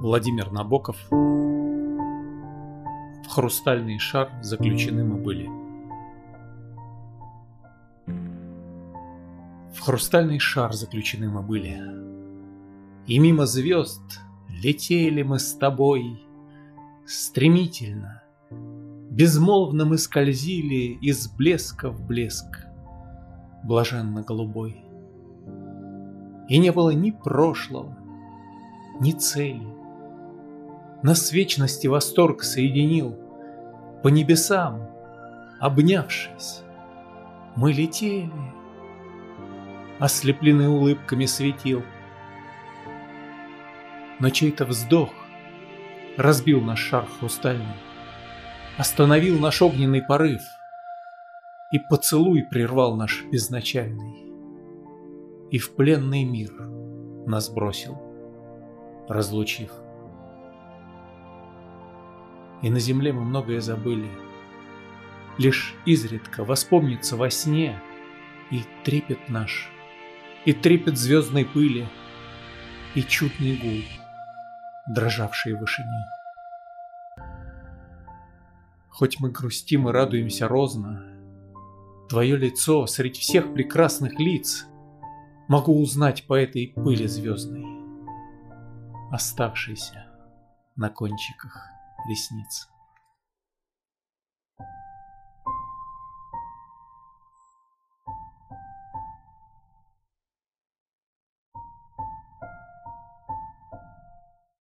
Владимир Набоков. В хрустальный шар заключены мы были. В хрустальный шар заключены мы были, и мимо звезд летели мы с тобой. Стремительно, безмолвно мы скользили из блеска в блеск, блаженно-голубой. И не было ни прошлого, ни цели. Нас с вечности восторг соединил. По небесам, обнявшись, мы летели, ослеплены улыбками светил. Но чей-то вздох разбил наш шар хрустальный, остановил наш огненный порыв, и поцелуй прервал наш безначальный, и в пленный мир нас бросил, разлучив. И на земле мы многое забыли, лишь изредка воспомнится во сне и трепет наш, и трепет звездной пыли, и чудный гул, дрожавший в вышине. Хоть мы грустим и радуемся розно, твое лицо средь всех прекрасных лиц могу узнать по этой пыли звездной, оставшейся на кончиках ресниц.